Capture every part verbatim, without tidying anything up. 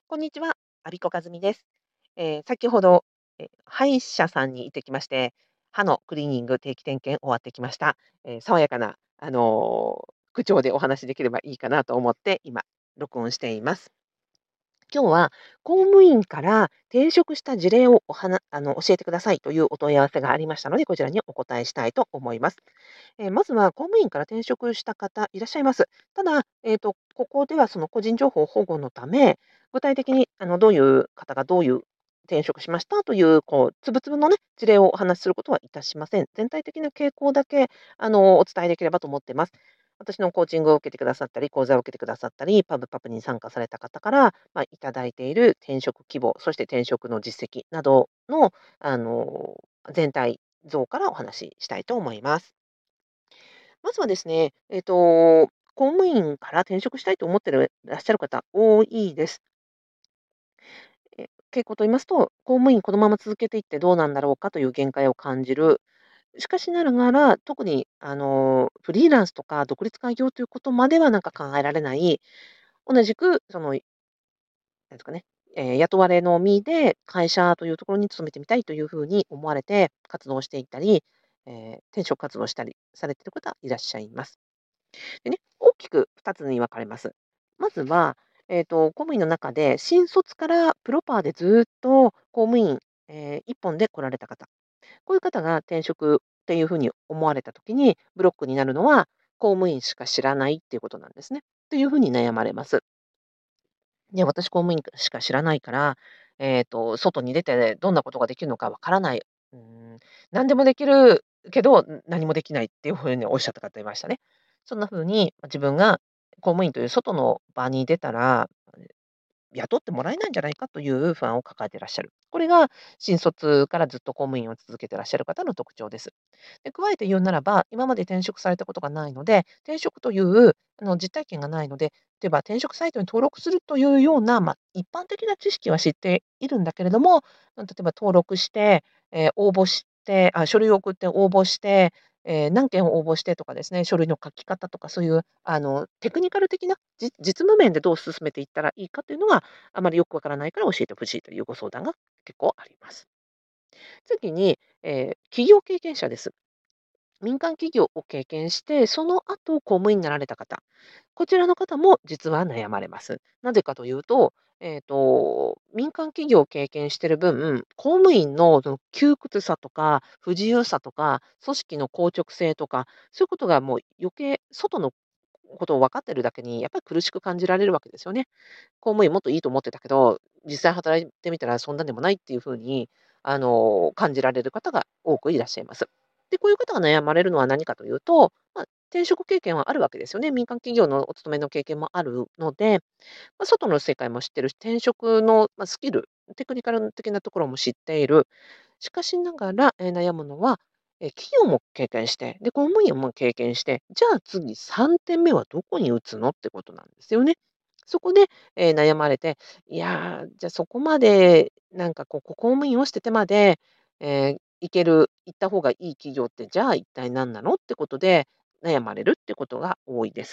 こんにちは、アビコカズミです。えー先ほど、え、歯医者さんに行ってきまして、歯のクリーニング定期点検終わってきました。えー爽やかな、あの、口調でお話しできればいいかなと思って、今録音しています。今日は公務員から転職した事例をおはなあの、教えてくださいというお問い合わせがありましたので、こちらにお答えしたいと思います。えーまずは公務員から転職した方いらっしゃいます。ただ、えっと、ここではその個人情報保護のため、具体的にあのどういう方がどういう転職しましたという、こう、つぶつぶのね、事例をお話しすることはいたしません。全体的な傾向だけ、あの、お伝えできればと思ってます。私のコーチングを受けてくださったり、講座を受けてくださったり、パブパブに参加された方から、まあ、いただいている転職希望、そして転職の実績などの、あの、全体像からお話ししたいと思います。まずはですね、えっと、公務員から転職したいと思ってるらっしゃる方多いです。え、傾向と言いますと、公務員このまま続けていってどうなんだろうかという限界を感じる。しかしながら、特にあの、フリーランスとか独立開業ということまではなんか考えられない、同じくその、なんですかね、えー雇われの身で会社というところに勤めてみたいというふうに思われて活動していったり、えー転職活動したりされている方いらっしゃいます。でね、大きくふたつに分かれます。まずは、えっと、公務員の中で、新卒からプロパーでずっと公務員、えー一本で来られた方。こういう方が転職っていうふうに思われたときに、ブロックになるのは、公務員しか知らないっていうことなんですね。というふうに悩まれます。で、私公務員しか知らないから、えっと、外に出てどんなことができるのかわからない。うーん、何でもできるけど、ん、何もできないっていうふうにおっしゃった方いましたね。そんな風に、ま、自分が公務員という外の場に出たら雇ってもらえないんじゃないかという不安を抱えていらっしゃる。これが新卒からずっと公務員を続けていらっしゃる方の特徴です。で、加えて言うならば、今まで転職されたことがないので、転職というあの実体験がないので、例えば転職サイトに登録するというような、まあ、一般的な知識は知っているんだけれども、例えば登録して、えー応募して、あ、書類を送って応募して、えー何件応募してとかですね、書類の書き方とかそういうあのテクニカル的な、じ実務面でどう進めていったらいいかというのがあまりよくわからないから教えてほしいというご相談が結構あります。次に、えー企業経験者です。民間企業を経験して、その後公務員になられた方。こちらの方も実は悩まれます。なぜかというと、えっと、民間企業を経験している分、公務員のその窮屈さとか、不自由さとか、組織の硬直性とか、そういうことがもう余計、外のことを分かってるだけに、やっぱり苦しく感じられるわけですよね。公務員もっといいと思ってたけど、実際働いてみたらそんなでもないっていう風に、あの、感じられる方が多くいらっしゃいます。で、こういう方が悩まれるのは何かというと、まあ、転職経験はあるわけですよね。民間企業のお勤めの経験もあるので、まあ、外の世界も知ってるし、転職の、まあ、スキル、テクニカル的なところも知っている。しかしながら、えー悩むのは、え、企業も経験して、で、公務員も経験して、じゃあ次さんてんめはどこに打つのってことなんですよね。そこで、えー悩まれて、いやー、じゃあそこまで、なんかこう、こ公務員を捨ててまで、えー行ける行った方がいい企業って、じゃあ一体何なのってことで、悩まれるってことが多いです。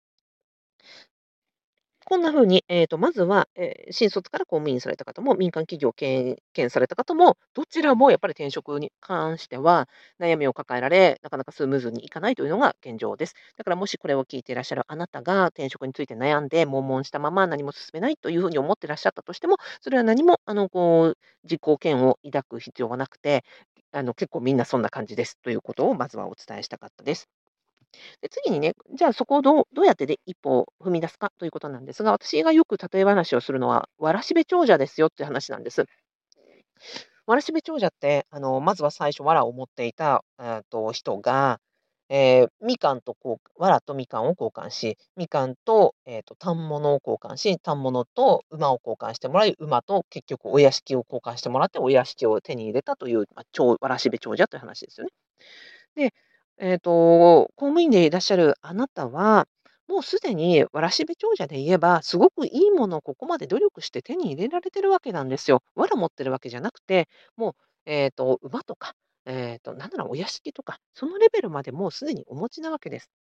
こんな風に、えっと、まずは、えー新卒から公務員された方も、民間企業を経験された方も、どちらもやっぱり転職に関しては、悩みを抱えられ、なかなかスムーズにいかないというのが現状です。だからもしこれを聞いていらっしゃるあなたが、転職について悩んで、悶々したまま何も進めないという風に思ってらっしゃったとしても、それは何も、あの、こう、自己嫌悪を抱く必要はなくて、あの、結構みんなそんな感じですということをまずはお伝えしたかったです。で、次にね、じゃあそこをどうどうやってで一歩を踏み出すかということなんですが、私がよく例え話をするのは、わらしべ長者ですよっていう話なんです。わらしべ長者って、あの、まずは最初藁を持っていた、えっと、人が、えーみかんとこう藁とみかんを交換し、みかんと、えっと、反物を交換し、反物と馬を交換してもらい、馬と結局お屋敷を交換してもらって、お屋敷を手に入れたという、まあ、長わらしべ長者という話ですよね。で、えっと、公務員でいらっしゃるあなたは、もうすでにわらしべ長者で言えば、すごくいいものをここまで努力して手に入れられてるわけなんですよ。藁持ってるわけじゃなくて、もう、えっと、馬とか、えっと、なんならお屋敷とか、そのレベルまでもうすでにお持ちなわけです。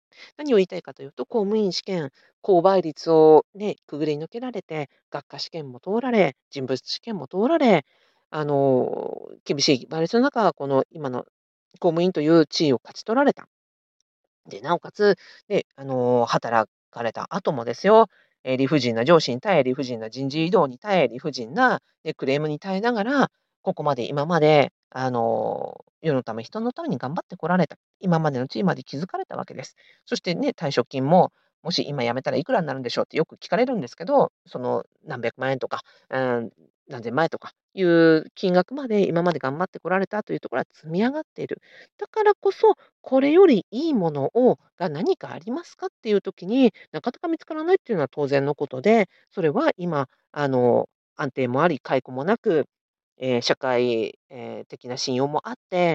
何を言いたいかというと、公務員試験、高倍率をね、くぐり抜けられて、学科試験も通られ、人物試験も通られ、あの、厳しい倍率の中、この今の公務員という地位を勝ち取られた。で、なおかつ、で、あの、働かれた後もですよ、え、理不尽な上司に耐え、理不尽な人事異動に耐え、理不尽な、ね、クレームに耐えながら、ここまで今まで、あの、世のため、人のために頑張ってこられた。今までの地位まで築かれたわけです。そしてね、退職金も、もし今辞めたらいくらになるんでしょうってよく聞かれるんですけど、その何百万円とか、うん、何千万円とかいう金額まで今まで頑張ってこられたというところは積み上がっている。だからこそ、これよりいいものをが何かありますかっていう時に、なかなか見つからないっていうのは当然のことで、それは今、あの、安定もあり、解雇もなく、えー社会、えー的な信用もあって、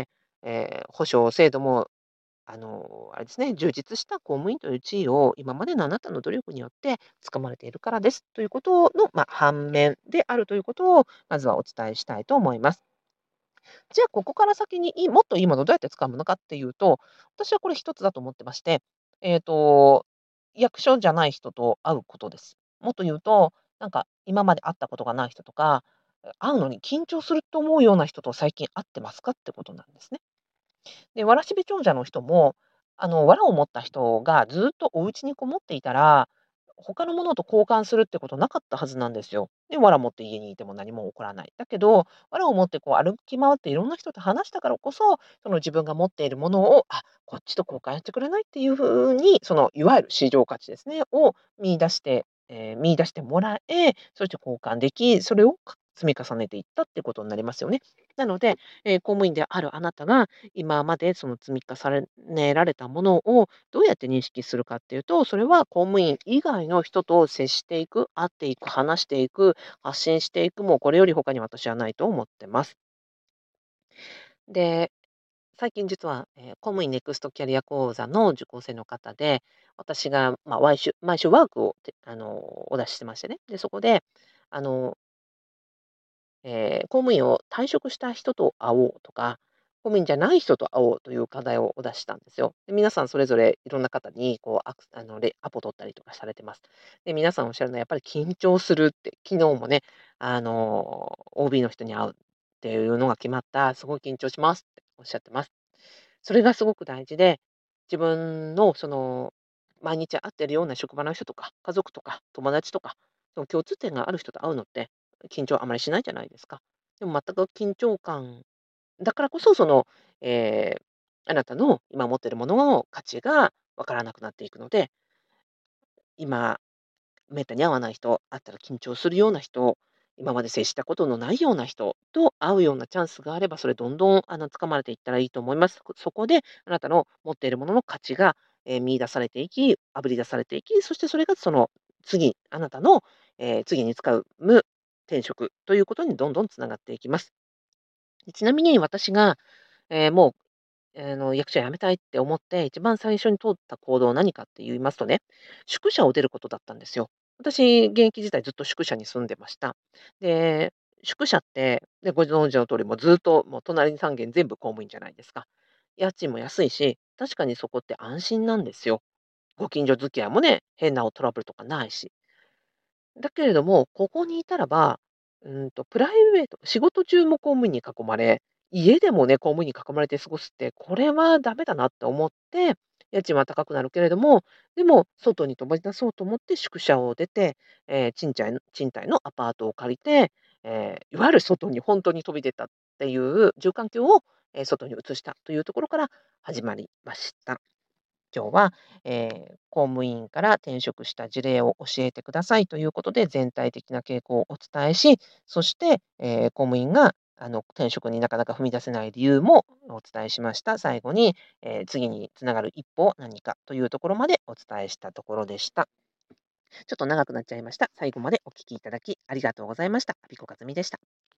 えー保障制度も、あの、あれですね、充実した公務員という地位を今までのあなたの努力によって掴まれているからですということの、まあ、反面であるということを、まずはお伝えしたいと思います。じゃあ、ここから先にいいもっといいものをどうやって掴むのかっていうと、私はこれ一つだと思ってまして、えっと、役所じゃない人と会うことです。もっと言うと、なんか今まで会ったことがない人とか、会うのに緊張すると思うような人と最近会ってますかってことなんですね。で、わらしべ長者の人も、あの、藁を持った人がずっとお家にこもっていたら、他のものと交換するってことなかったはずなんですよ。で、藁持って家にいても何も起こらない。だけど、藁を持ってこう歩き回っていろんな人と話したからこそ、その自分が持っているものを、あ、こっちと交換してくれないっていう風に、そのいわゆる市場価値ですね、を見出して、えー見出してもらえ、そして交換でき、それをか積み重ねていったってことになりますよね。なので、えー公務員であるあなたが今までその積み重ねられたものをどうやって認識するかっていうと、それは公務員以外の人と接していく、会っていく、話していく、発信していく、もうこれより他に私はないと思ってます。で、最近実は、えー公務員ネクストキャリア講座の受講生の方で、私が、まあ、毎週毎週ワークをてあの、お出ししてましてね。で、そこで、あのえー公務員を退職した人と会おうとか、公務員じゃない人と会おうという課題をお出ししたんですよ。で、皆さんそれぞれいろんな方にこうアクあのレアポ取ったりとかされてます。で、皆さんおっしゃるのはやっぱり緊張するって、昨日もね、あの、オービー の人に会うっていうのが決まった、すごい緊張しますっておっしゃってます。それがすごく大事で、自分のその、毎日会ってるような職場の人とか、家族とか友達とか、その共通点がある人と会うのって、緊張あまりしないじゃないですか。でも全く緊張感だからこそ、その、えーあなたの今持っているものの価値がわからなくなっていくので、今めったに会わない人、会ったら緊張するような人、今まで接したことのないような人と会うようなチャンスがあれば、それどんどんあの掴まれていったらいいと思います。そそこであなたの持っているものの価値が、えー見出されていき、あぶり出されていき、そしてそれがその次、あなたの、えー次に使う無転職ということにどんどんつながっていきます。ちなみに私が、えーもうあの、役者辞めたいって思って、一番最初に取った行動は何かって言いますとね、宿舎を出ることだったんですよ。私、現役時代ずっと宿舎に住んでました。で、宿舎って、ね、ご存知の通り、もうずっと、もう隣にさん軒全部公務員じゃないですか。家賃も安いし、確かにそこって安心なんですよ。ご近所付き合いもね、変なトラブルとかないし。だけれども、ここにいたらば、うんと、プライベート仕事中も公務員に囲まれ、家でもね、公務員に囲まれて過ごすって、これはダメだなって思って、家賃は高くなるけれども、でも外に飛び出そうと思って宿舎を出て、えー賃貸の賃貸のアパートを借りて、えーいわゆる外に本当に飛び出たっていう住環境を、えー外に移したというところから始まりました。今日は、えー公務員から転職した事例を教えてくださいということで、全体的な傾向をお伝えし、そして、えー公務員があの転職になかなか踏み出せない理由もお伝えしました。最後に、えー次につながる一歩は何かというところまでお伝えしたところでした。ちょっと長くなっちゃいました。最後までお聞きいただきありがとうございました。アビコカズミでした。